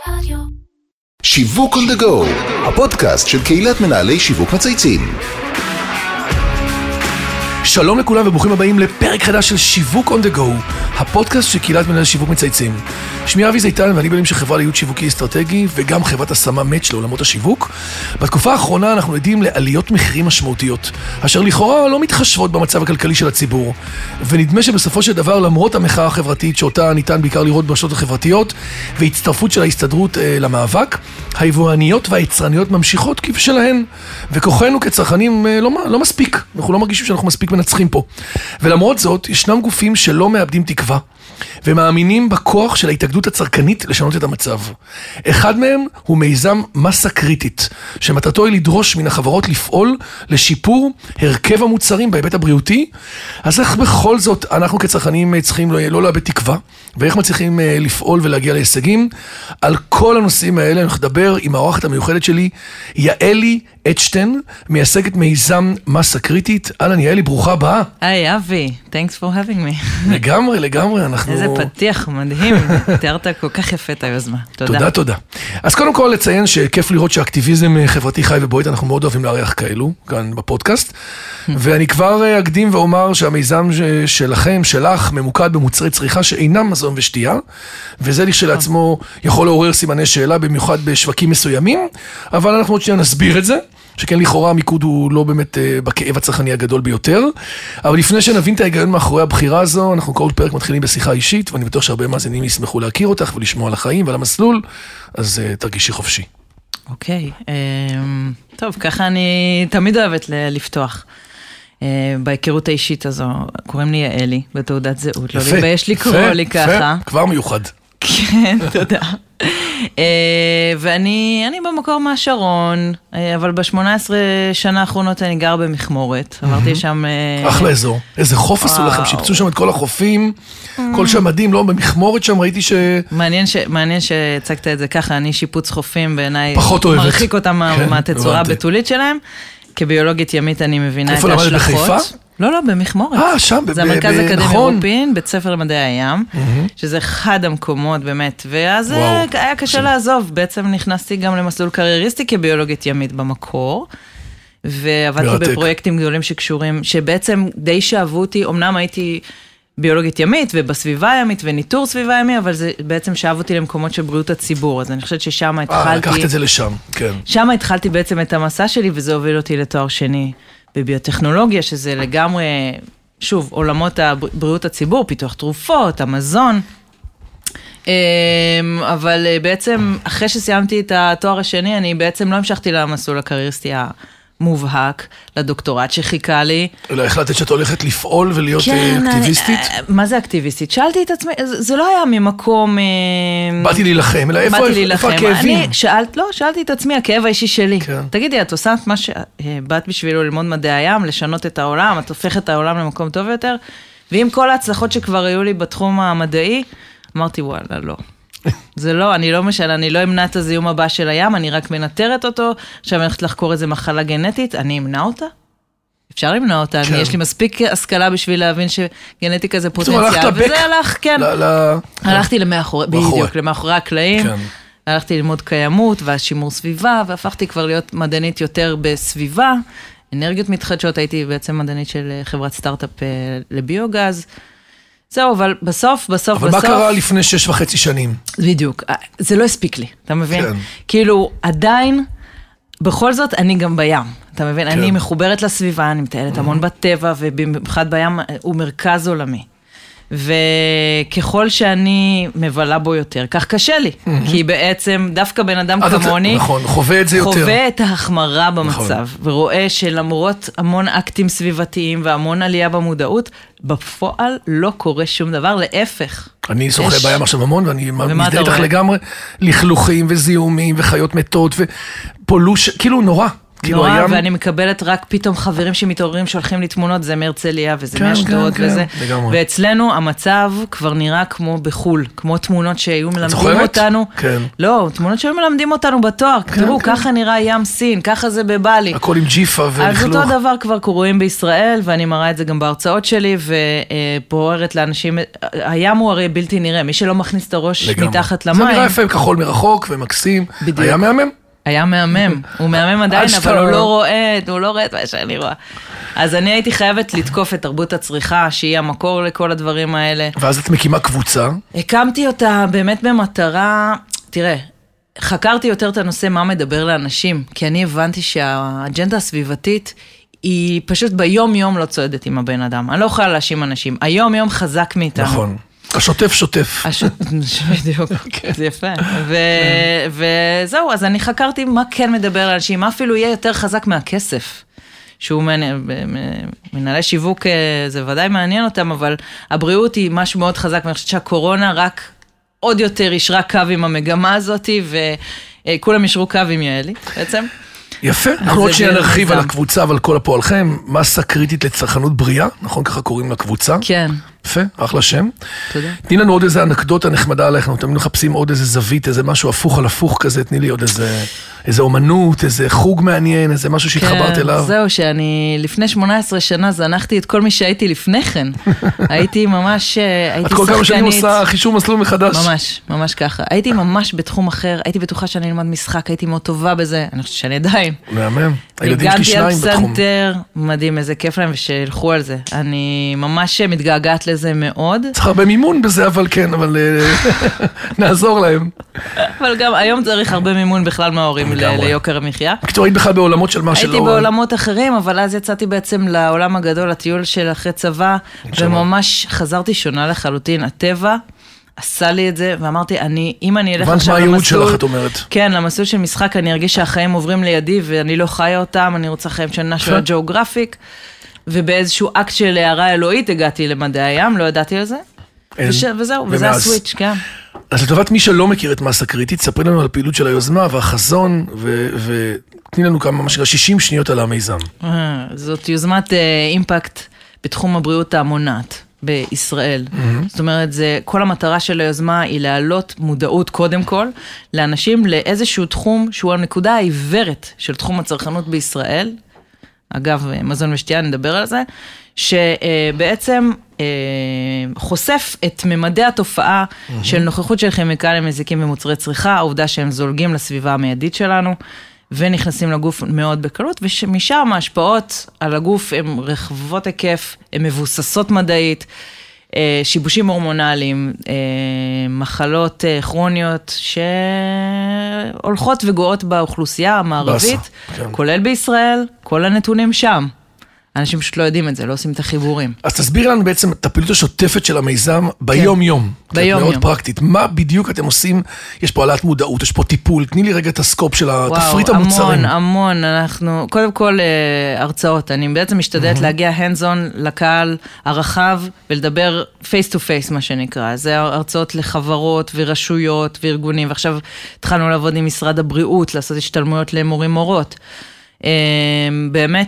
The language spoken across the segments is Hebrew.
שיווק on the go, הפודקאסט של קהילת מנהלי שיווק מצייצים. שלום לכולם וברוכים הבאים לפרק חדש של שיווק on the go, הפודקאסט של קהילת מנהלי שיווק מצייצים. שמי אבי זיתן ואני בעלים של חברה לייעוץ שיווקי אסטרטגי וגם חברת השמה מאץ' לעולמות השיווק. בתקופה האחרונה אנחנו עדים לעליות מחירים משמעותיות, אשר לכאורה לא מתחשבות במצב הכלכלי של הציבור. ונדמה שבסופו של דבר, למרות המחאה החברתית שאותה ניתן בעיקר לראות ברשתות החברתיות והצטרפות של ההסתדרות למאבק, היבואניות והיצרניות ממשיכות כבשלהן, וכוחנו כצרכנים לא מספיק. אנחנו לא מרגישים שאנחנו מספיק מנצחים פה. ולמרות זאת, ישנם גופים שלא מאבדים תקווה, ומאמינים בכוח של ההתאגדות הצרכנית לשנות את המצב. אחד מהם הוא מיזם מסה קריטית, שמטרתו היא לדרוש מן החברות לפעול לשיפור הרכב המוצרים בהיבט הבריאותי. אז איך בכל זאת אנחנו כצרכנים צריכים לא לאבד תקווה, ואיך מצליחים לפעול ולהגיע להישגים? על כל הנושאים האלה אני נדבר עם האורחת המיוחדת שלי, יעלי אדשטיין, מייסדת מיזם מסה קריטית. אהלן יעלי, ברוכה הבאה. היי אבי, thanks for having me. לגמרי, אנחנו... איזה פתיח מדהים, תיארת כל כך יפה את היוזמה. תודה. אז קודם כל לציין שכיף לראות שאקטיביזם חברתי חי ובועט, אנחנו מאוד אוהבים לארח כאלו, כאן בפודקאסט, ואני כבר אקדים ואומר שהמיזם שלך, ממוקד במוצרי צריכה שאינם מזון ושתייה, וזה כשלעצמו יכול לעורר סימני שאלה, במיוחד בשווקים מסוימים, אבל אנחנו עוד שנייה נסביר את זה, שכן לכאורה המיקוד הוא לא באמת בכאב הצרכני הגדול ביותר. אבל לפני שנבין את ההיגיון מאחורי הבחירה הזו, אנחנו כל פרק מתחילים בשיחה אישית, ואני בטוח שהרבה מאזינים ישמחו להכיר אותך ולשמוע על החיים ועל המסלול, אז תרגישי חופשי. אוקיי, טוב, ככה אני תמיד אוהבת לפתוח. בהיכרות האישית הזו, קוראים לי יעלי, בתעודת זהות, לא להתבייש לקרוא לי ככה. כבר מיוחד. כן, תודה. ואני במקור מהשרון, אבל ב-18 שנה האחרונות אני גר במכמורת. עברתי שם... אחלה אזור. איזה חוף עשו לכם, שיפצו שם את כל החופים, כל שם מדהים, לא? במכמורת שם ראיתי ש... מעניין שהצגת את זה ככה, אני שיפוץ חופים בעיניי... פחות אוהבת. מרחיק אותם מהתצורה הבתולית שלהם. כביולוגית ימית אני מבינה את ההשלכות. איפה למדת בחיפה? לא, במכמורת. שם, זה המרכז האקדמי אירופין, בית ספר למדעי הים, שזה אחד המקומות באמת, ואז היה קשה לעזוב. בעצם נכנסתי גם למסלול קרייריסטי כביולוגית ימית במקור, ועבדתי בפרויקטים גדולים שקשורים, שבעצם די שאהבו אותי, אמנם הייתי ביולוגית ימית ובסביבה הימית וניטור סביבה ימי, אבל זה בעצם שאהב אותי למקומות של בריאות הציבור, אז אני חושבת ששם התחלתי... לקחת את זה לשם, כן. שם התחלתי בעצם את המסע שלי, וזה הוביל אותי לתואר שני בביוטכנולוגיה, שזה לגמרי, שוב, עולמות בריאות הציבור, פיתוח תרופות, המזון, אבל בעצם אחרי שסיימתי את התואר השני, אני בעצם לא המשכתי למסלול הקרייריסטי מובהק לדוקטורט שחיכה לי. אלא החלטת שאת הולכת לפעול ולהיות אקטיביסטית? מה זה אקטיביסטית? שאלתי את עצמי, זה לא היה ממקום... באתי להילחם, אלא איפה הכאבים? שאלתי את עצמי, הכאב האישי שלי. תגידי, את עושה את מה שבאת בשבילו ללמוד מדעי הים, לשנות את העולם, את הופכת את העולם למקום טוב יותר, ועם כל ההצלחות שכבר היו לי בתחום המדעי, אמרתי, וואלה, לא. זה לא, אני לא אמנע את הזיהום הבא של הים, אני רק מנטרת אותו, עכשיו אני הולכת לחקור איזה מחלה גנטית, אני אמנע אותה? אפשר למנוע אותה, יש לי מספיק השכלה בשביל להבין שגנטיקה זה פוטנציאל, וזה הלך, כן. הלכתי למאחורי הקלעים, הלכתי ללמוד קיימות והשימור סביבה, והפכתי כבר להיות מדענית יותר בסביבה, אנרגיות מתחדשות, הייתי בעצם מדענית של חברת סטארט-אפ לביוגז, זהו, אבל בסוף... אבל מה קרה לפני 6.5 שנים? בדיוק, זה לא הספיק לי, אתה מבין? כאילו, עדיין, בכל זאת, אני גם בים, אתה מבין? אני מחוברת לסביבה, אני מטיילת המון בטבע, ובמיוחד בים הוא מרכז עולמי. וככל שאני מבלה בו יותר, כך קשה לי, כי בעצם דווקא בן אדם כמוני, חווה את זה יותר. חווה את ההחמרה במצב, ורואה שלמרות המון אקטים סביבתיים והמון עלייה במודעות, בפועל לא קורה שום דבר, להפך. אני שוחה בים עכשיו המון, ואני מזדהה איתך לגמרי, לכלוכים וזיהומים וחיות מתות, ופולוש, כאילו נורא. נורא, ואני מקבלת רק פתאום חברים שמתעוררים שהולכים לי תמונות, זה מהרצליה וזה מאשדוד וזה. ואצלנו המצב כבר נראה כמו בחול, כמו תמונות שהיו מלמדים אותנו. לא, תמונות שהיו מלמדים אותנו בתואר. תראו, ככה נראה ים סין, ככה זה בבלי. הכל עם ג'יפה ולכלוך. אז אותו דבר כבר קוראים בישראל, ואני מראה את זה גם בהרצאות שלי, ופוערת לאנשים, הים הוא הרי בלתי נראה, מי שלא מכניס את הראש מתחת למים. זה נראה יפה כחול מרחוק ומקסים. היה מהמם? היה מהמם, הוא מהמם עדיין, אבל הוא לא רואה את מה שאני רואה. אז אני הייתי חייבת לתקוף את תרבות הצריכה, שהיא המקור לכל הדברים האלה. ואז את מקימה קבוצה? הקמתי אותה באמת במטרה, תראה, חקרתי יותר את הנושא מה מדבר לאנשים, כי אני הבנתי שהאג'נדה הסביבתית היא פשוט ביום יום לא צועדת עם הבן אדם. אני לא יכולה להאשים אנשים, היום יום חזק מאיתנו. נכון. השוטף שוטף. בדיוק, זה יפה. וזהו, אז אני חקרתי מה כן מדבר על אנשים, מה אפילו יהיה יותר חזק מהכסף. שהוא מנהלי שיווק, זה ודאי מעניין אותם, אבל הבריאות היא משהו מאוד חזק, ואני חושבת שהקורונה רק עוד יותר ישרה קו עם המגמה הזאת, וכולם ישרו קו עם יעלי, בעצם. יפה, אנחנו עוד שניה נרחיב על הקבוצה ועל כל הפועלכם, מסה קריטית לצרכנות בריאה, נכון ככה קוראים לקבוצה? כן. יפה, אחלה שם. תודה. תני לנו עוד איזה אנקדוטה נחמדה עליך, אנחנו תמיד מחפשים עוד איזה זווית, איזה משהו הפוך על הפוך כזה, תני לי עוד איזה אומנות, איזה חוג מעניין, איזה משהו שהתחברת אליו. כן, זהו, שאני לפני 18 שנה זנחתי את כל מי שהייתי לפני כן. הייתי ממש, הייתי שחקנית. את כל כמה שנים עושה חישוב מסלול מחדש. ממש, ממש ככה. הייתי ממש בתחום אחר, הייתי בטוחה שאני אלמד משחק, הייתי מאוד טובה בזה, אני חושבת שאני עדיין. מהמם. הילדים שלי שניים בתחום. הגעתי על פסנתר, מדהים, איזה כיף להם ושילכו על זה. אני ממש מתגעגעת לזה מאוד. צריך הרבה מימון בזה, אבל כן, אבל נעזור להם. אבל גם היום צריך הרבה מימון בכלל מההורים ליוקר המחיה. בקיצור, היית בכלל בעולמות של מה שלא... הייתי בעולמות אחרים, אבל אז יצאתי בעצם לעולם הגדול, הטיול של אחרי צבא, וממש חזרתי שונה לחלוטין. הטבע עשה לי את זה, ואמרתי, אם אני אלך עכשיו למסלול... הבנת מה הייעוד שלך, את אומרת? כן, למסלול של משחק, אני ארגיש שהחיים עוברים לידי, ואני לא חיה אותם, אני רוצה חיים של נשיונל ג'אוגרפיק, ובאיזשהו אקט של הערה אלוהית הגעתי למדעי הים, לא ידעתי על זה. וזהו, וזה הסוויץ', כן. אז לטובת מי שלא מכיר את מסה קריטית, ספרי לנו על הפעילות של היוזמה והחזון, ותני לנו כמה, 60 שניות על המיזם. זאת יוזמת אימפקט בתחום הבריאות המונעת בישראל. זאת אומרת, כל המטרה של היוזמה היא להעלות מודעות קודם כל, לאנשים לאיזשהו תחום שהוא הנקודה העיוורת של תחום הצרכנות בישראל, אגב, מזון ושתייה, נדבר על זה, שבעצם חושף את ממדי התופעה של נוכחות של כימיקלים מזיקים במוצרי צריכה, העובדה שהם זולגים לסביבה המיידית שלנו, ונכנסים לגוף מאוד בקלות, ומשם ההשפעות על הגוף הן רחבות היקף, הן מבוססות מדעית, שיבושים הורמונליים, מחלות כרוניות שהולכות וגואות באוכלוסייה המערבית, כולל בישראל, כל הנתונים שם. אנשים פשוט לא יודעים את זה, לא עושים את החיבורים. אז תסביר לנו בעצם את הפעילות השוטפת של המיזם ביום-יום. ביום-יום. מאוד פרקטית. מה בדיוק אתם עושים? יש פה העלאת מודעות, יש פה טיפול. תני לי רגע את הסקופ של תפריט המוצרים. המון. אנחנו, קודם כל, הרצאות. אני בעצם משתדלת להגיע hands-on לקהל הרחב, ולדבר face to face, מה שנקרא. זה הרצאות לחברות ורשויות וארגונים. ועכשיו התחלנו לעבוד עם משרד הבריאות, לעשות השתלמויות למורים מורות. באמת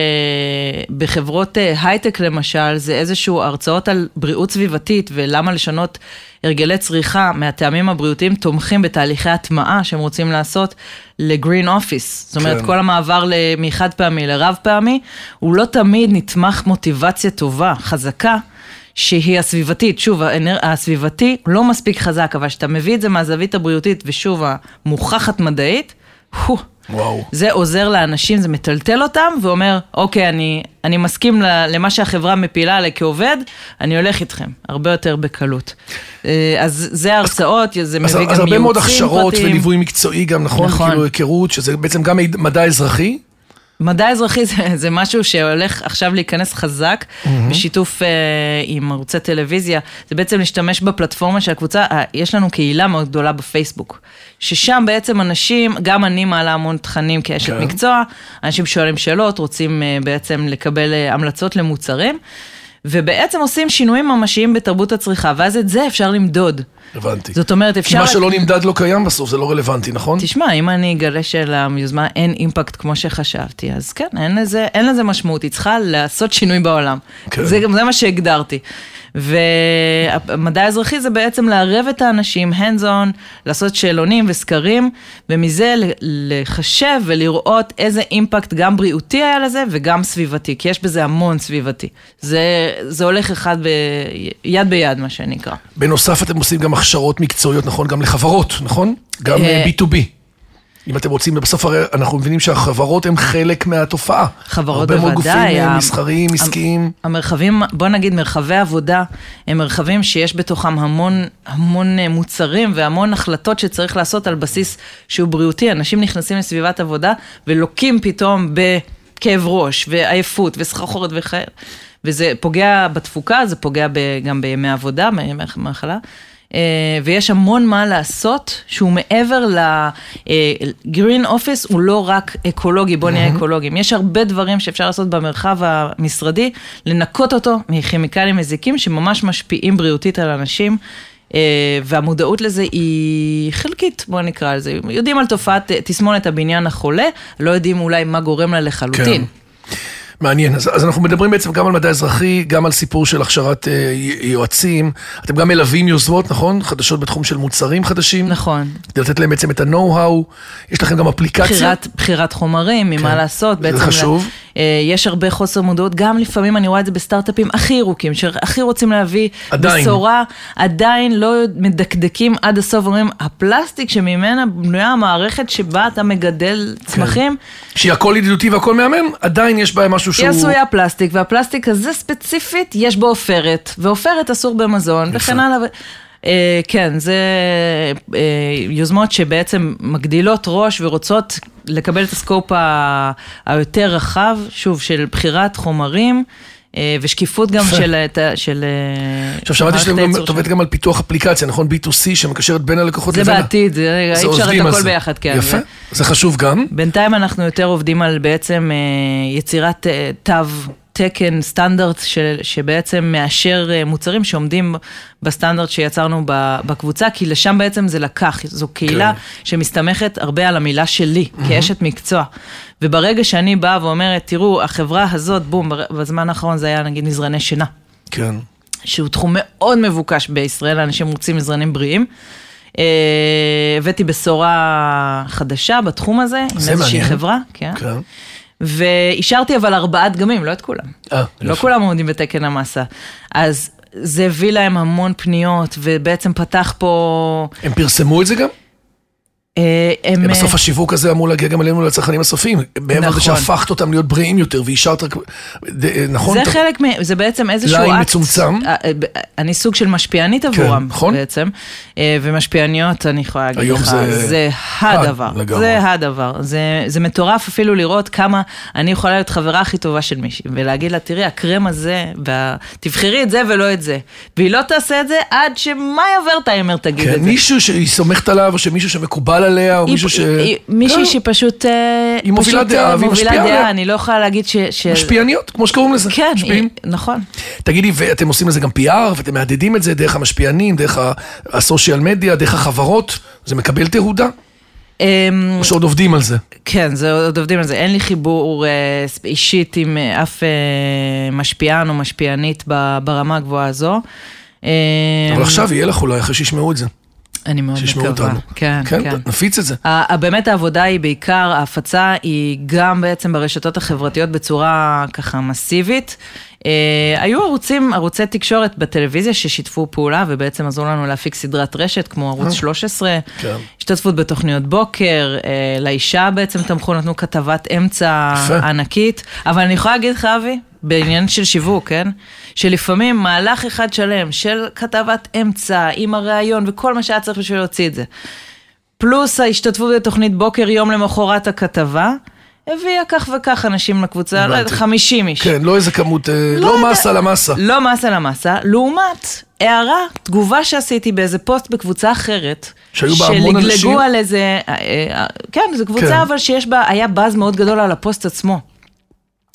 שבחברות הייטק למשל, זה איזשהו הרצאות על בריאות סביבתית, ולמה לשנות הרגלי צריכה מהטעמים הבריאותיים תומכים בתהליכי הטמעה שהם רוצים לעשות לגרין אופיס. זאת אומרת, כל המעבר מחד פעמי לרב פעמי, הוא לא תמיד נתמך מוטיבציה טובה, חזקה, שהיא הסביבתית. שוב, הסביבתי לא מספיק חזק, אבל שאתה מביא את זה מהזווית הבריאותית, ושוב, המוכחת מדעית, וואו. זה עוזר לאנשים, זה מטלטל אותם, ואומר, אוקיי, אני מסכים למה שהחברה מפילה עלי כעובד, אני הולך איתכם, הרבה יותר בקלות. אז זה הרצאות, זה מביא גם ייעוצים פרטיים. אז הרבה מאוד הכשרות וליווי מקצועי גם, נכון? כאילו היכרות, שזה בעצם גם מדע אזרחי? מדע אזרחי זה משהו שהולך עכשיו להיכנס חזק, בשיתוף עם ערוצי טלוויזיה, זה בעצם להשתמש בפלטפורמה של הקבוצה, יש לנו קהילה מאוד גדולה בפייסבוק, ששם בעצם אנשים, גם אני מעלה המון תכנים כאשת מקצוע, אנשים שואלים שאלות, רוצים בעצם לקבל המלצות למוצרים, ובעצם עושים שינויים ממשיים בתרבות הצריכה, ואז את זה אפשר למדוד. הבנתי. זאת אומרת, אפשר... כי מה שלא נמדד לא קיים בסוף, זה לא רלוונטי, נכון? תשמע, אם אני אגלה שליוזמה אין אימפקט כמו שחשבתי, אז כן, אין לזה משמעות, היא צריכה לעשות שינוי בעולם. כן. זה מה שהגדרתי. והמדע האזרחי זה בעצם לערב את האנשים, hands on, לעשות שאלונים וסקרים, ומזה לחשב ולראות איזה אימפקט גם בריאותי היה לזה, וגם סביבתי, כי יש בזה המון סביבתי. זה הולך אחד יד ביד, מה שנקרא. בנוסף, אתם עושים גם הכשרות מקצועיות, נכון? גם לחברות, נכון? גם B2B. אם אתם רוצים, בסוף הרי אנחנו מבינים שהחברות הן חלק מהתופעה. חברות בוודאי. הרבה בוודאי. מאוד גופים מסחריים, עסקיים. המרחבים, בוא נגיד מרחבי עבודה, הם מרחבים שיש בתוכם המון מוצרים והמון החלטות שצריך לעשות על בסיס שהוא בריאותי. אנשים נכנסים לסביבת עבודה ולוקים פתאום בכאב ראש ועייפות וסחרחורת וכאלה. וזה פוגע בתפוקה, זה פוגע גם בימי עבודה, בימי מחלה. ויש המון מה לעשות, שהוא מעבר ל-green office, הוא לא רק אקולוגי, בוא נהיה אקולוגים. יש הרבה דברים שאפשר לעשות במרחב המשרדי, לנקות אותו מכימיקלים מזיקים, שממש משפיעים בריאותית על אנשים, והמודעות לזה היא חלקית, בוא נקרא לזה. יודעים על תופעת תסמונת הבניין החולה, לא יודעים אולי מה גורם לה לחלוטין. כן. מעניין, אז אנחנו מדברים בעצם גם על מדע אזרחי, גם על סיפור של הכשרת יועצים, אתם גם מלווים יוזמות, נכון? חדשות בתחום של מוצרים חדשים. נכון. כדי לתת להם בעצם את ה-know-how, יש לכם גם אפליקציה. בחירת חומרים, ממה לעשות. זה חשוב. יש הרבה חוסר מודעות, גם לפעמים אני רואה את זה בסטארט-אפים הכי ירוקים, שהכי רוצים להביא בשורה, עדיין לא מדקדקים עד הסוף, אומרים, הפלסטיק שממנה בנויה המערכת שבה אתה מגדל צמחים. שהיא הכל ידידותי והכל מהמם, עדיין יש בה משהו שהוא... היא עשויה פלסטיק, והפלסטיק הזה ספציפית יש בו עופרת, ועופרת אסור במזון, וכן הלאה. כן, זה יוזמות שבעצם מגדילות ראש ורוצות לקבל את הסקופ היותר רחב, שוב, של בחירת חומרים, ושקיפות גם של... עכשיו, שמעתי שאתם עובד גם על פיתוח אפליקציה, נכון? B2C שמקשרת בין הלקוחות לבין... זה בעתיד, אי אפשר את הכל ביחד, כן. יפה, זה חשוב גם. בינתיים אנחנו יותר עובדים על בעצם יצירת תו תקן, סטנדרט שבעצם מאשר מוצרים שעומדים בסטנדרט שיצרנו בקבוצה, כי לשם בעצם זה לקח, זו קהילה שמסתמכת הרבה על המילה שלי, כאשת מקצוע. וברגע שאני באה ואומרת, תראו, החברה הזאת, בום, בזמן האחרון זה היה נגיד מזרני שינה. כן. שהוא תחום מאוד מבוקש בישראל, אנשים רוצים מזרנים בריאים. הבאתי בשורה חדשה בתחום הזה, עם איזושהי חברה, כן. ואישרתי אבל 4 דגמים, לא את כולם. לא כולם עומדים בתקן המסה. אז זה הביא להם המון פניות, ובעצם פתח פה... הם פרסמו את זה גם? בסוף השיווק הזה אמור להגיע גם עלינו לצרכנים הסופיים. בעבר זה שהפכת אותם להיות בריאים יותר, ואישרת רק... נכון? זה חלק, זה בעצם איזשהו... ליין מצומצם. אני סוג של משפיענית עבורם, בעצם. ומשפיעניות, אני יכולה להגיד לך, זה הדבר. זה הדבר. זה מטורף אפילו לראות כמה אני יכולה להיות חברה הכי טובה של מישהי, ולהגיד לה, תראי, הקרם הזה, תבחרי את זה ולא את זה. והיא לא תעשה את זה עד שמה יעבר טיימר תגיד את זה. מישהו שהיא סומכת עליו, או שמישהו שמקובל עליה, או מישהו ש... מישהי שפשוט... היא מובילה דעה, והיא משפיעה עליה. אני לא יכולה להגיד משפיעניות, כמו שקוראים לזה. כן, נכון. תגידי, ואתם עושים לזה גם PR, ואתם מעדדים את זה דרך המשפיענים, דרך הסושיאל מדיה, דרך החברות, זה מקבל תהודה? או שעוד עובדים על זה? כן, זה עוד עובדים על זה. אין לי חיבור אישית עם אף משפיען או משפיענית ברמה הגבוהה הזו. אבל עכשיו יהיה לך אולי אחרי שישמעו את זה. אני מאוד מקווה. כן, נפיץ את זה. באמת העבודה היא בעיקר, ההפצה היא גם בעצם ברשתות החברתיות בצורה ככה מסיבית. היו ערוצי תקשורת בטלוויזיה ששיתפו פעולה, ובעצם עזרו לנו להפיק סדרת רשת, כמו ערוץ 13, השתתפות בתוכניות בוקר, לאישה בעצם תמכו, נתנו כתבת אמצע ענקית, אבל אני יכולה להגיד לך, אבי, בעניין של שיווק, כן? שלפעמים מהלך אחד שלם של כתבת אמצע, עם הרעיון וכל מה שהיה צריך בשביל להוציא את זה, פלוס ההשתתפות בתוכנית בוקר יום למחרת הכתבה, הביאה כך וכך אנשים לקבוצה, 50 איש. כן, לא איזה כמות, לא מסה למסה. לא מסה למסה, לעומת הערה, תגובה שעשיתי באיזה פוסט בקבוצה אחרת, שהיו בה המון אנשים. שלגלגו על איזה, כן, זו קבוצה אבל שיש בה, היה באז מאוד גדול על הפוסט עצמו.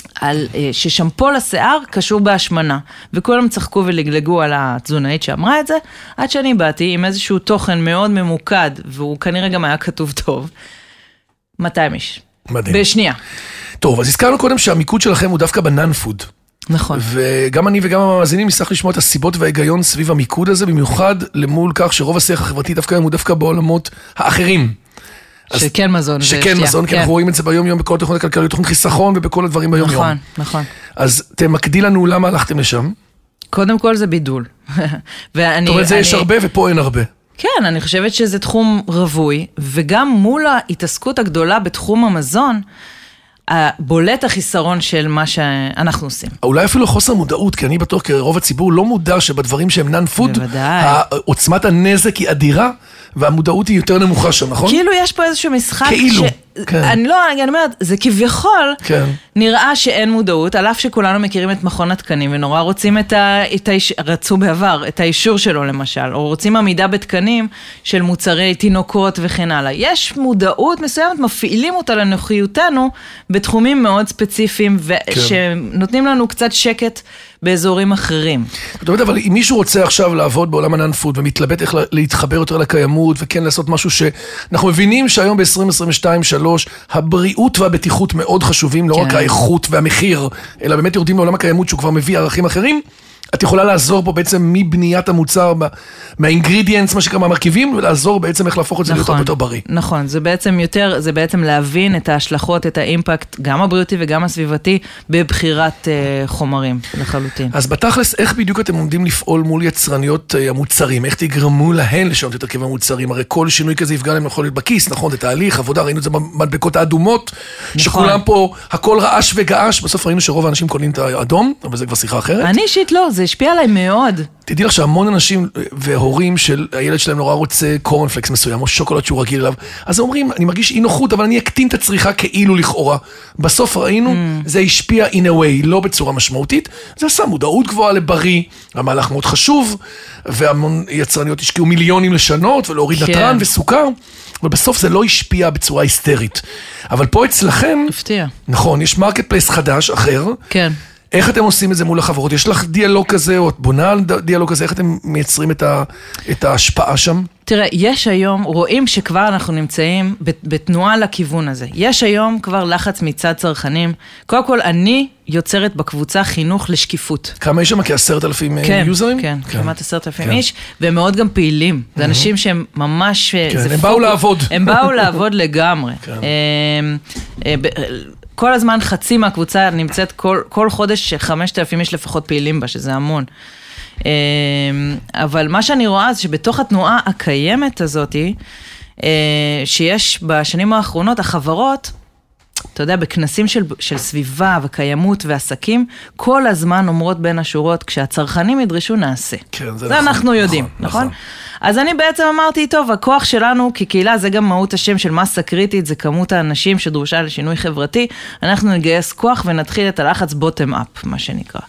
ששמפו לשיער קשור בהשמנה, וכולם צחקו ולגלגו על התזונאית שאמרה את זה, עד שאני באתי עם איזשהו תוכן מאוד ממוקד, והוא כנראה גם היה כתוב טוב, 200 איש. מדהים. בשנייה. טוב, אז הזכרנו קודם שהמיקוד שלכם הוא דווקא בנאן פוד. נכון. וגם אני וגם המאזינים נצטרך לשמוע את הסיבות וההיגיון סביב המיקוד הזה, במיוחד למול כך שרוב השיח החברתי דווקא הוא דווקא בעולמות האחרים. שכן מזון ושתייה. שכן מזון, כי אנחנו רואים את זה ביום יום בכל התוכניות הכלכליות, תוכנית חיסכון ובכל הדברים ביום יום. נכון, נכון. אז תמקדי לנו למה הלכתם לשם. קודם כל זה בידול. זאת אומרת, זה יש הרבה ופה אין הרבה. כן, אני חושבת שזה תחום רווי, וגם מול ההתעסקות הגדולה בתחום המזון, בולט החיסרון של מה שאנחנו עושים. אולי אפילו חוסר מודעות, כי אני בטוח כרוב הציבור לא מודע שבדברים שהם נאן פוד, עוצמת הנזק היא אדירה, והמודעות היא יותר נמוכה שם, נכון? כאילו יש פה איזשהו משחק כאילו, כן. אני אומרת, זה כביכול, כן. נראה שאין מודעות, על אף שכולנו מכירים את מכון התקנים, ונורא רוצים רצו בעבר, את האישור שלו למשל, או רוצים עמידה בתקנים של מוצרי תינוקות וכן הלאה. יש מודעות מסוימת, מפעילים אותה לנוחיותנו, בתחומים מאוד ספציפיים, שנותנים לנו קצת שקט באזורים אחרים. זאת אומרת, אבל אם מישהו רוצה עכשיו לעבוד בעולם הנאן פוד, ומתלבט איך להתחבר יותר לקיימות, וכן לעשות משהו שאנחנו מבינים שהיום ב-2022-2023, הבריאות והבטיחות מאוד חשובים, לא רק האיכות והמחיר, אלא באמת יורדים לעולם הקיימות שהוא כבר מביא ערכים אחרים, את יכולה לעזור פה בעצם מבניית המוצר, מהאינגרידיאנס, מה שקרה מהמרכיבים, ולעזור בעצם איך להפוך את זה להיות יותר בריא. נכון, זה בעצם להבין את ההשלכות, את האימפקט, גם הבריאותי וגם הסביבתי, בבחירת חומרים לחלוטין. אז בתכלס, איך בדיוק אתם עומדים לפעול מול יצרניות המוצרים? איך תגרמו להן לשנות את הרכב המוצרים? הרי כל שינוי כזה יפגע להם יכול להיות בכיס, נכון? זה תהליך, עבודה, ראינו את זה במדבקות האדומות, שכולם פה, הכל רעש וגעש, בסוף ראינו שרוב האנשים קונים את האדום, אבל זה כבר שיחה אחרת. אני אישית לא, זה השפיע עליי מאוד. תדעי לך שהמון אנשים והורים של הילד שלהם נורא רוצה קורנפלקס מסוים, או שוקולד שהוא רגיל אליו, אז אומרים, אני מרגיש אי נוחות, אבל אני אקטין את הצריכה כאילו לכאורה. בסוף ראינו, זה השפיע in a way, לא בצורה משמעותית, זה עשה מודעות גבוהה לבריא, המהלך מאוד חשוב, והמון יצרניות השקיעו מיליונים לשנות, ולהוריד נטרן וסוכר, אבל בסוף זה לא השפיע בצורה היסטרית. אבל פה אצלכם, הפתיע. נכון, יש מרקט פלייס חדש, אחר. כן. איך אתם עושים את זה מול החברות? יש לך דיאלוג כזה, או את בונה על דיאלוג כזה? איך אתם מייצרים את ההשפעה שם? תראה, יש היום, רואים שכבר אנחנו נמצאים בתנועה לכיוון הזה. יש היום כבר לחץ מצד צרכנים. קודם כל, אני יוצרת בקבוצה חינוך לשקיפות. כמה יש שם? כ10,000 יוזרים? כן, כמעט 10,000 איש, והם מאוד גם פעילים. זה אנשים שהם ממש... כן, הם באו לעבוד. הם באו לעבוד לגמרי. כל הזמן חצי מהקבוצה נמצאת כל חודש 5,000 יש לפחות פעילים בה, שזה המון. אבל מה שאני רואה זה שבתוך התנועה הקיימת הזאת, שיש בשנים האחרונות, החברות, אתה יודע, בכנסים של סביבה וקיימות ועסקים, כל הזמן אומרות בין השורות, כשהצרכנים ידרשו נעשה. כן, זה נכון. אנחנו יודעים, נכון? אז אני בעצם אמרתי, טוב, הכוח שלנו כקהילה, זה גם מהות השם של מסה קריטית, זה כמות האנשים שדרושה לשינוי חברתי, אנחנו נגייס כוח ונתחיל את הלחץ בוטם אפ, מה שנקרא.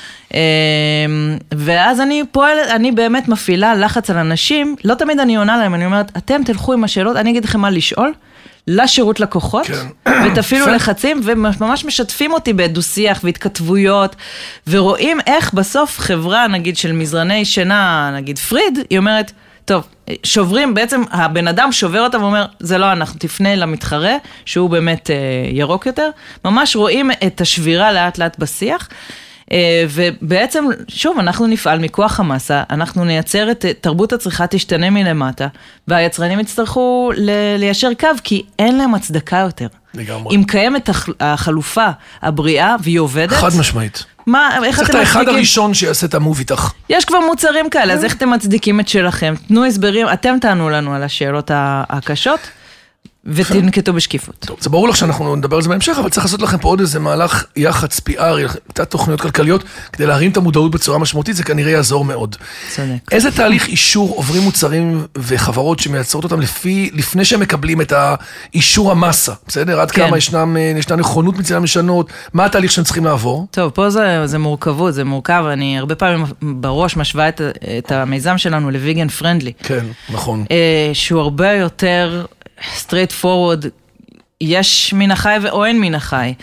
ואז אני באמת מפעילה לחץ על אנשים, לא תמיד אני עונה להם, אני אומרת, אתם תלכו עם השאלות, אני אגיד לכם מה לשאול, לשירות לקוחות, ותפעילו לחצים, וממש משתפים אותי בדו-שיח והתכתבויות, ורואים איך בסוף חברה, נגיד, של מזרני שינה, נגיד פריד, היא אומרת, טוב, שוברים, בעצם הבן אדם שובר אותה ואומר, זה לא אנחנו, תפנה למתחרה, שהוא באמת ירוק יותר, ממש רואים את השבירה לאט לאט בשיח, ובעצם, שוב, אנחנו נפעל מכוח המסה, אנחנו נייצר את תרבות הצריכה תשתנה מלמטה, והיצרנים יצטרכו ליישר קו, כי אין להם הצדקה יותר. לגמרי. אם קיימת החלופה הבריאה, והיא עובדת... חד משמעית. איך צריך את האחד הראשון שיעשה את המוב איתך. יש כבר מוצרים כאלה, אז איך אתם מצדיקים את שלכם? תנו הסברים, אתם תענו לנו על השאלות הקשות. ותנקטו בשקיפות. טוב, זה ברור לך שאנחנו נדבר על זה בהמשך, אבל צריך לעשות לכם פה עוד איזה מהלך יח"צ, PR, קצת תוכניות כלכליות, כדי להרים את המודעות בצורה משמעותית, זה כנראה יעזור מאוד. צודק. איזה תהליך אישור עוברים מוצרים וחברות שמייצרות אותם לפני שהם מקבלים את האישור המסה, בסדר? עד כמה ישנה נכונות מצדם לשנות, מה התהליך שהם צריכים לעבור? טוב, פה זה מורכבות, זה מורכב, אני הרבה פעמים בראש משווה את המיזם שלנו לוויגן פרנדלי. כן, נכון. שהוא הרבה יותר straight forward, יש מן החי או אין מן החי.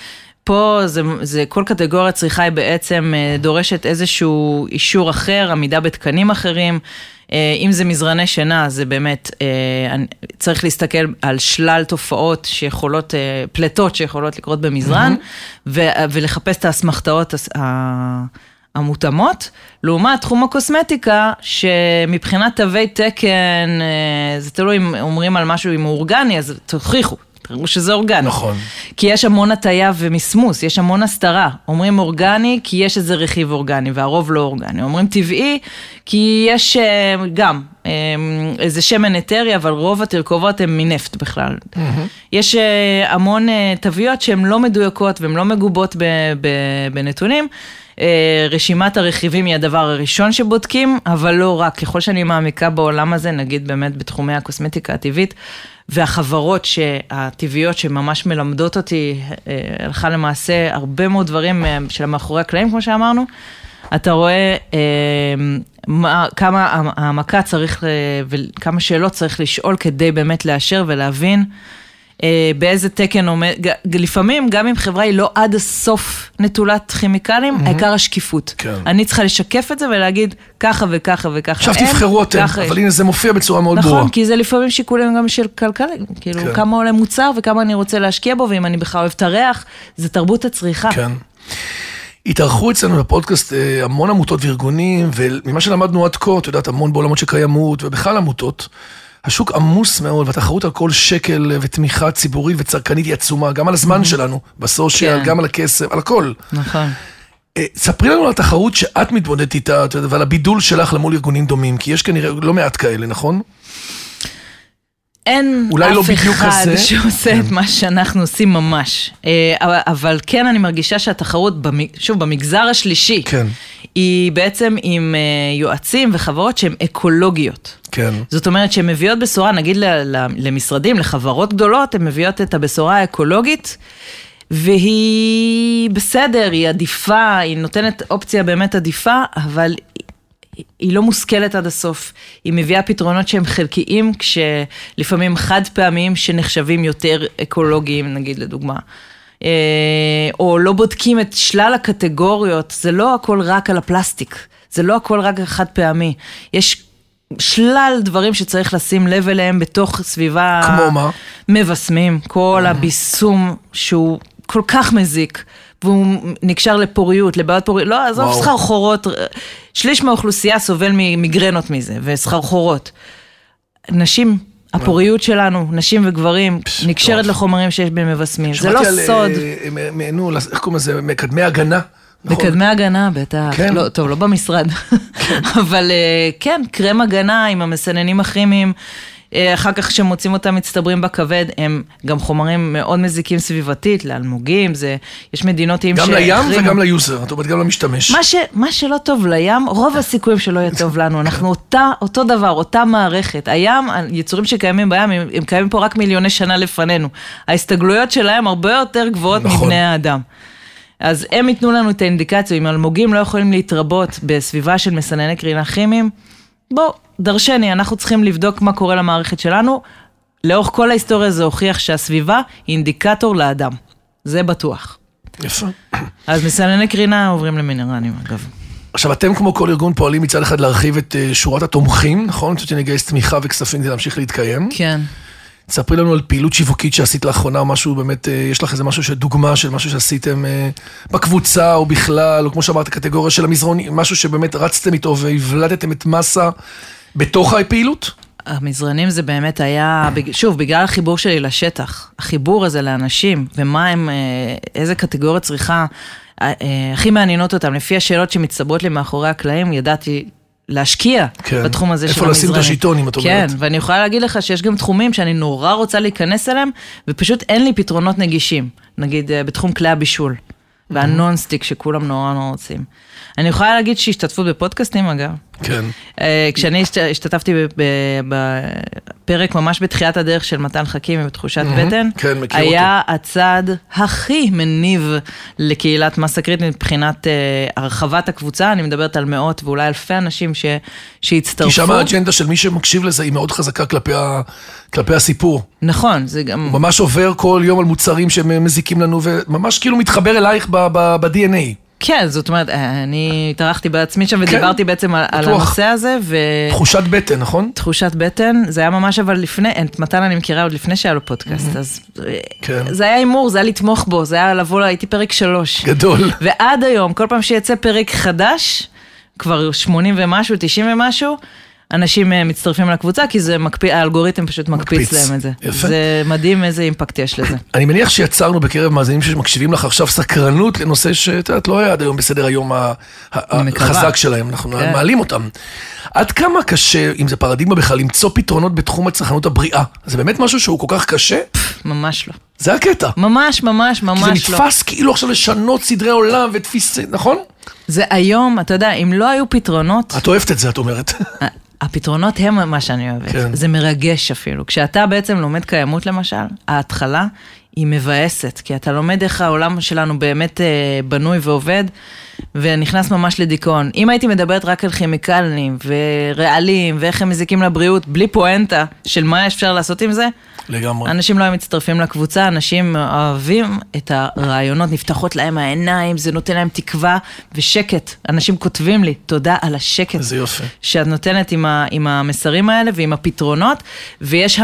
פה זה כל קטגוריה צריכה היא בעצם דורשת איזשהו אישור אחר, עמידה בתקנים אחרים, אם זה מזרני שינה, זה באמת, צריך להסתכל על שלל תופעות שיכולות, פלטות שיכולות לקרות במזרן, ולחפש את האסמכתאות המותאמות, לעומת תחום הקוסמטיקה, שמבחינת תווי תקן, זה תלוי אם אומרים על משהו אם הוא אורגני, אז תוכיחו. תראו שזה אורגני. נכון. כי יש המון הטיה ומסמוס, יש המון הסתרה. אומרים אורגני כי יש איזה רכיב אורגני, והרוב לא אורגני. אומרים טבעי כי יש גם איזה שמן אתרי, אבל רוב התרכובות הן מנפט בכלל. יש המון תוויות שהן לא מדויקות והן לא מגובות בנתונים. רשימת הרכיבים היא הדבר הראשון שבודקים, אבל לא רק. ככל שאני מעמיקה בעולם הזה, נגיד באמת בתחומי הקוסמטיקה הטבעית, והחברות הטבעיות שממש מלמדות אותי, הלכה למעשה הרבה מאוד דברים של מאחורי הקלעים, כמו שאמרנו, אתה רואה כמה העמקה צריך, וכמה שאלות צריך לשאול כדי באמת לאשר ולהבין באיזה תקן עומד, לפעמים גם אם חברה היא לא עד הסוף נטולת כימיקלים, העיקר השקיפות. אני צריכה לשקף את זה ולהגיד ככה וככה וככה. עכשיו תבחרו אתם, אבל הנה זה מופיע בצורה מאוד ברורה. נכון, כי זה לפעמים שיקולים גם של כלכלה, כאילו כמה עולה מוצר וכמה אני רוצה להשקיע בו, ואם אני בכלל אוהב את הריח, זה תרבות הצריכה. כן. התארחו אצלנו בפודקאסט המון עמותות וארגונים, וממה שלמדנו עד כה, אתה יודעת, המון בעולמות שקיימות, ובכלל עמותות, השוק עמוס מאוד, והתחרות על כל שקל ותמיכה ציבורית וצרכנית היא עצומה, גם על הזמן שלנו, בסושיאל, גם על הכסף, על הכל. נכון. ספרי לנו על התחרות שאת מתמודדת איתה, ועל הבידול שלך למול ארגונים דומים, כי יש כנראה לא מעט כאלה, נכון? אין אף אחד שעושה את מה שאנחנו עושים ממש. אבל כן אני מרגישה שהתחרות, שוב, במגזר השלישי, היא בעצם עם יועצים וחברות שהן אקולוגיות. כן. זאת אומרת שהן מביאות בשורה, נגיד למשרדים, לחברות גדולות, הן מביאות את הבשורה האקולוגית, והיא בסדר, היא עדיפה, היא נותנת אופציה באמת עדיפה, אבל היא לא מושכלת עד הסוף. היא מביאה פתרונות שהם חלקיים, כשלפעמים חד פעמים שנחשבים יותר אקולוגיים, נגיד לדוגמה. או לא בודקים את שלל הקטגוריות, זה לא הכל רק על הפלסטיק, זה לא הכל רק חד פעמי. יש שלל דברים שצריך לשים לב אליהם בתוך סביבה... כמו מה? מבסמים, כל הביסום שהוא כל כך מזיק, והוא נקשר לפוריות, לבעיות פוריות, לא, עזוב סחרחורות, שליש מהאוכלוסייה סובל ממיגרנות מזה, וסחרחורות. נשים, הפוריות שלנו, נשים וגברים, נקשרת לחומרים שיש בין מבסמים, זה לא סוד. איך קוראים לזה? מקדמי הגנה. מקדמי הגנה, בטח. טוב, לא במשרד. אבל כן, קרם הגנה עם המסננים הכימיים, אחר כך שמוצאים אותם מצטברים בכבד, הם גם חומרים מאוד מזיקים סביבתית, לאלמוגים, יש מדינות עם גם לים וגם ליוזר, זאת אומרת גם למשתמש. מה שלא טוב לים, רוב הסיכויים שלא יהיה טוב לנו, אנחנו אותו דבר, אותה מערכת. הים, היצורים שקיימים בים, הם קיימים פה רק מיליוני שנה לפנינו. ההסתגלויות שלהם הרבה יותר גבוהות מבני האדם. אז הם ייתנו לנו את האינדיקציה, אם אלמוגים לא יכולים להתרבות בסביבה של מסנני קרינה כימיים, בוא, דרשני, אנחנו צריכים לבדוק מה קורה למערכת שלנו. לאורך כל ההיסטוריה זה הוכיח שהסביבה היא אינדיקטור לאדם. זה בטוח. יפה. אז מסנני קרינה עוברים למינרלים, אגב. עכשיו, אתם כמו כל ארגון פועלים מצד אחד להרחיב את שורת התומכים, נכון? אני חושבת שנגייס תמיכה וכספים כדי להמשיך להתקיים. כן. תספרי לנו על פעילות שיווקית שעשית לאחרונה, או משהו באמת, יש לך איזה משהו שדוגמה של משהו שעשיתם בקבוצה או בכלל, או כמו שאמרת, קטגוריה של המזרון, משהו שבאמת רצתם איתו והבלטתם את מסה בתוך הפעילות? המזרנים זה באמת היה, שוב, בגלל החיבור שלי לשטח, החיבור הזה לאנשים, ומה הם, איזה קטגוריה צריכה, הכי מעניינות אותם, לפי השאלות שמצטברות לי מאחורי הקלעים, ידעתי להשקיע בתחום הזה של המזרנים. איפה לשים את השיטון, אם את אומרת. כן, ואני יכולה להגיד לך שיש גם תחומים שאני נורא רוצה להיכנס אליהם, ופשוט אין לי פתרונות נגישים. נגיד בתחום כלי הבישול, והנונסטיק שכולם נורא רוצים. אני יכולה להגיד שהשתתפות בפודקאסטים, אגב. כן. כשאני השתתפתי בפרק ממש בתחילת הדרך של מתן חכים ובתחושת בטן, כן, מכיר אותו. היה הצעד הכי מניב לקהילת מסה קריטית מבחינת הרחבת הקבוצה, אני מדברת על מאות ואולי אלפי אנשים שהצטרפו. כי שם האג'נדה של מי שמקשיב לזה היא מאוד חזקה כלפי הסיפור. נכון, זה גם... הוא ממש עובר כל יום על מוצרים שמזיקים לנו, וממש כאילו מתחבר אלייך ב-DNA. כן, זאת אומרת, אני התארחתי בעצמי שם ודיברתי בעצם על הנושא הזה. תחושת בטן, נכון? תחושת בטן, זה היה ממש אבל לפני, את מתן אני מכירה עוד לפני שהיה לו פודקאסט, אז זה היה אימור, זה היה לתמוך בו, זה היה לבוא, הייתי פרק 3. גדול. ועד היום, כל פעם שיצא פרק חדש, כבר 80 ומשהו, 90 ומשהו, אנשים מצטרפים לקבוצה, כי זה האלגוריתם פשוט מקפיץ להם את זה. יפה. זה מדהים איזה אימפקט יש לזה. אני מניח שיצרנו בקרב מאזינים שמקשיבים לך עכשיו סקרנות לנושא שאת לא היה עד היום בסדר היום החזק שלהם, אנחנו מעלים אותם. עד כמה קשה, אם זה פרדיגמה בכלל, למצוא פתרונות בתחום הצרכנות הבריאה? זה באמת משהו שהוא כל כך קשה? ממש לא. זה הקטע. ממש לא. כי זה נתפס כאילו עכשיו לשנות סדרי עולם ותפיסה, נכון? זה היום, אתה יודע, אם לא היו פתרונות... את אוהבת את זה, את אומרת. הפתרונות הם מה שאני אוהבת. כן. זה מרגש אפילו. כשאתה בעצם לומד קיימות למשל, ההתחלה היא מבאסת, כי אתה לומד איך העולם שלנו באמת בנוי ועובד, ונכנס ממש לדיכאון. אם הייתי מדברת רק על כימיקלים ורעלים, ואיך הם מזיקים לבריאות, בלי פואנטה של מה אפשר לעשות עם זה, לגמרי. אנשים לא היו מצטרפים לקבוצה, אנשים אוהבים את הרעיונות, נפתחות להם העיניים, זה נותן להם תקווה ושקט. אנשים כותבים לי, תודה על השקט. זה יופי. שאת נותנת עם המסרים האלה ועם הפתרונות, ויש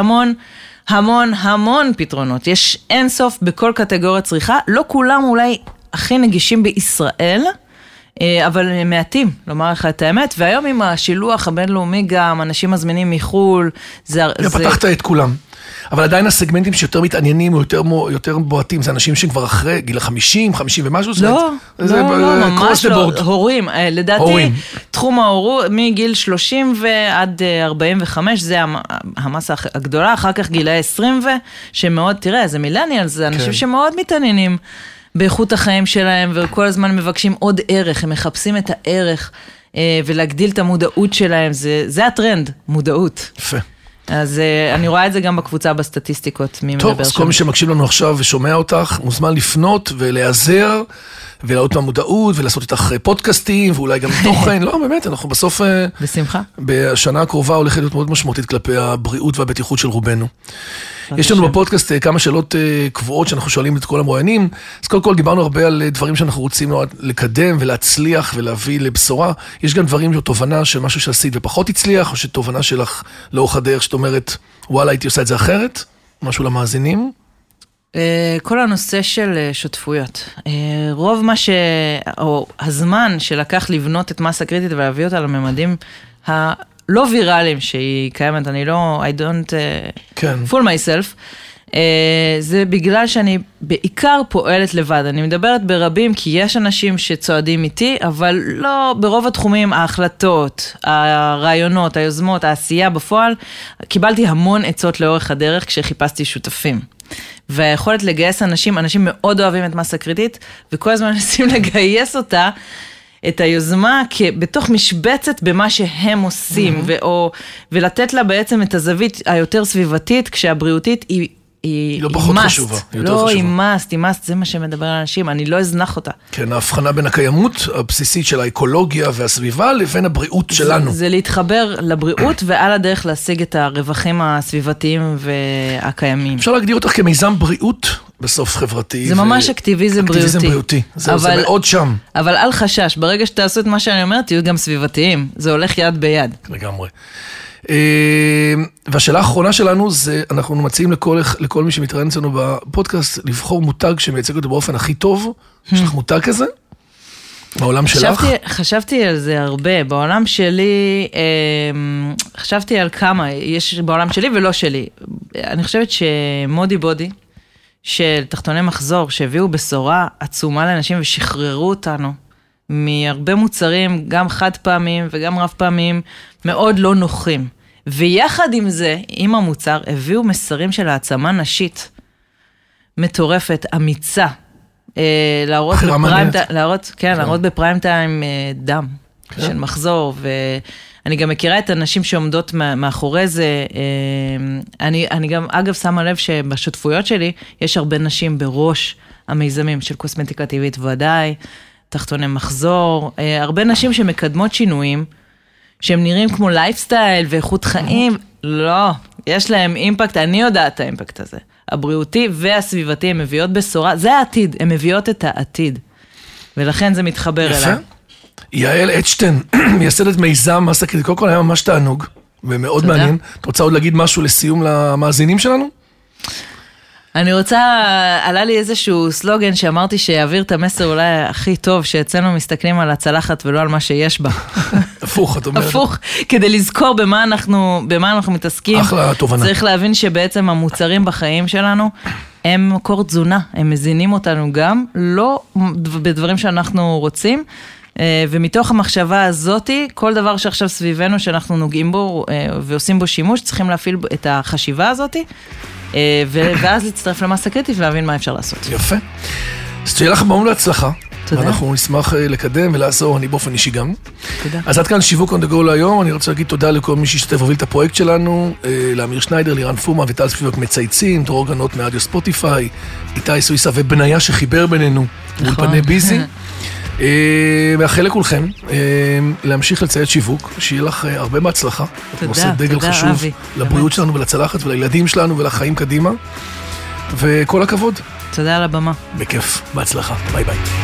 המון פתרונות. יש אינסוף בכל קטגוריה צריכה, לא כולם אולי הכי נגישים בישראל, אבל מעטים, לומר לך את האמת, והיום עם השילוח הבינלאומי גם, אנשים מזמינים מחול, פתחת את כולם. אבל עדיין הסגמנטים שיותר מתעניינים, או יותר בועטים, זה אנשים שכבר אחרי גיל 50 ומשהו? לא, ממש לא, הורים. לדעתי, תחום ההורות, מגיל 30 ועד 45, זה המסה הגדולה, אחר כך גילי 20, שמאוד, תראה, זה מילניאל, זה אנשים שמאוד מתעניינים באיכות החיים שלהם, וכל הזמן מבקשים עוד ערך, הם מחפשים את הערך, ולהגדיל את המודעות שלהם, זה הטרנד, מודעות. יפה. אז אני רואה את זה גם בקבוצה בסטטיסטיקות, מי מדבר שם. טוב, אז כל מי שמקשיב לנו עכשיו ושומע אותך, מוזמן לפנות ולהיעזר, ולהעלות מהמודעות, ולעשות איתך פודקאסטים, ואולי גם תוכן. לא, באמת, אנחנו בסוף... בשמחה. בשנה הקרובה הולכת להיות מאוד משמעותית כלפי הבריאות והבטיחות של רובנו. יש לנו בפודקאסט כמה שאלות קבועות שאנחנו שואלים את כל המרואיינים, אז קודם כל דיברנו הרבה על דברים שאנחנו רוצים לקדם ולהצליח ולהביא לבשורה. יש גם דברים, תובנה של משהו שעשית ופחות הצליח, או שתובנה שלך לאורך הדרך, שאת אומרת, וואלה, הייתי עושה את זה אחרת, משהו למאזינים. כל הנושא של שותפויות. רוב או הזמן שלקח לבנות את מסה קריטית ולהביא אותה לממדים לא ויראליים שהיא קיימת, אני לא, I don't fool myself, זה בגלל שאני בעיקר פועלת לבד, אני מדברת ברבים כי יש אנשים שצועדים איתי, אבל לא ברוב התחומים, ההחלטות, הרעיונות, היוזמות, העשייה בפועל, קיבלתי המון עצות לאורך הדרך כשחיפשתי שותפים. והיכולת לגייס אנשים מאוד אוהבים את מסה קריטית, וכל הזמן מנסים לגייס אותה, את היוזמה בתוך משבצת במה שהם עושים, ולתת לה בעצם את הזווית היותר סביבתית, כשהבריאותית היא לא פחות חשובה. לא, היא מאסט, זה מה שמדבר על אנשים, אני לא אזנח אותה. כן, ההבחנה בין הקיימות הבסיסית של האקולוגיה והסביבה, לבין הבריאות שלנו. זה להתחבר לבריאות, ועל הדרך להשיג את הרווחים הסביבתיים והקיימים. אפשר להגדיר אותך כמיזם בריאות בסוף חברתי. זה ממש אקטיביזם בריאותי. אקטיביזם בריאותי, זה מאוד שם. אבל אל חשש, ברגע שתעשו את מה שאני אומרת, תהיו גם סביבתיים. זה הולך יד ביד. לגמרי. והשאלה האחרונה שלנו זה, אנחנו מציעים לכל מי שמתראיין אצלנו בפודקאסט, לבחור מותג שמייצג אותו באופן הכי טוב. יש לך מותג כזה? בעולם שלך? חשבתי על זה הרבה. בעולם שלי, חשבתי על כמה, יש בעולם שלי ולא שלי. אני חושבת שמודי בודי, של תחתוני מחזור, שהביאו בשורה עצומה לאנשים ושחררו אותנו מהרבה מוצרים, גם חד פעמים וגם רב פעמים, מאוד לא נוחים. ויחד עם זה, עם המוצר, הביאו מסרים של העצמה נשית, מטורפת, אמיצה, להראות בפריים טיים דם. של מחזור, ואני גם מכירה את הנשים שעומדות מאחורי זה, אני גם אגב שמה לב שבשותפויות שלי, יש הרבה נשים בראש המיזמים של קוסמטיקה טבעית ודאי, תחתוני מחזור, הרבה נשים שמקדמות שינויים, שהם נראים כמו לייפסטייל ואיכות חיים, לא, יש להם אימפקט, אני יודעת את האימפקט הזה, הבריאותי והסביבתי, הן מביאות בשורה, זה העתיד, הן מביאות את העתיד, ולכן זה מתחבר אליי. יפה. יעל אדשטיין, מייסדת מיזם מסה קריטית, קודם כל היה ממש תענוג, ומאוד מעניין. אתה רוצה עוד להגיד משהו לסיום למאזינים שלנו? אני רוצה, עלה לי איזשהו סלוגן שאמרתי שיעביר את המסר אולי הכי טוב, שאצלנו מסתכלים על הצלחת ולא על מה שיש בה. הפוך, את אומרת. הפוך, כדי לזכור במה אנחנו מתעסקים. אחלה תובנה. צריך להבין שבעצם המוצרים בחיים שלנו, הם מקור תזונה, הם מזינים אותנו גם, לא בדברים שאנחנו רוצים, ומתוך המחשבה הזאת, כל דבר שעכשיו סביבנו שאנחנו נוגעים בו ועושים בו שימוש, צריכים להפעיל את החשיבה הזאת, ואז להצטרף למסה קריטית ולהבין מה אפשר לעשות. יפה. אז תהיה לך מאוד להצלחה. תודה. אנחנו נשמח לקדם ולעזור, אני באופן אישי גם. תודה. אז עד כאן שיווק on the go להיום, אני רוצה להגיד תודה לכל מי שהשתתף והוביל את הפרויקט שלנו, לאמיר שניידר, לירן פומה וטל ספיבק מצייצים, דרור גנות מאדיו ספוטיפיי, איתי סויסה ובניה שחיבר בינינו, אולפני ביזי. מאחל לכולכם להמשיך לציית שיווק, שיהיה לך הרבה בהצלחה. תודה, עושה דגל חשוב לבריאות שלנו ולצלחת ולילדים שלנו ולחיים קדימה, וכל הכבוד. תודה על הבמה. בכיף, בהצלחה, ביי ביי.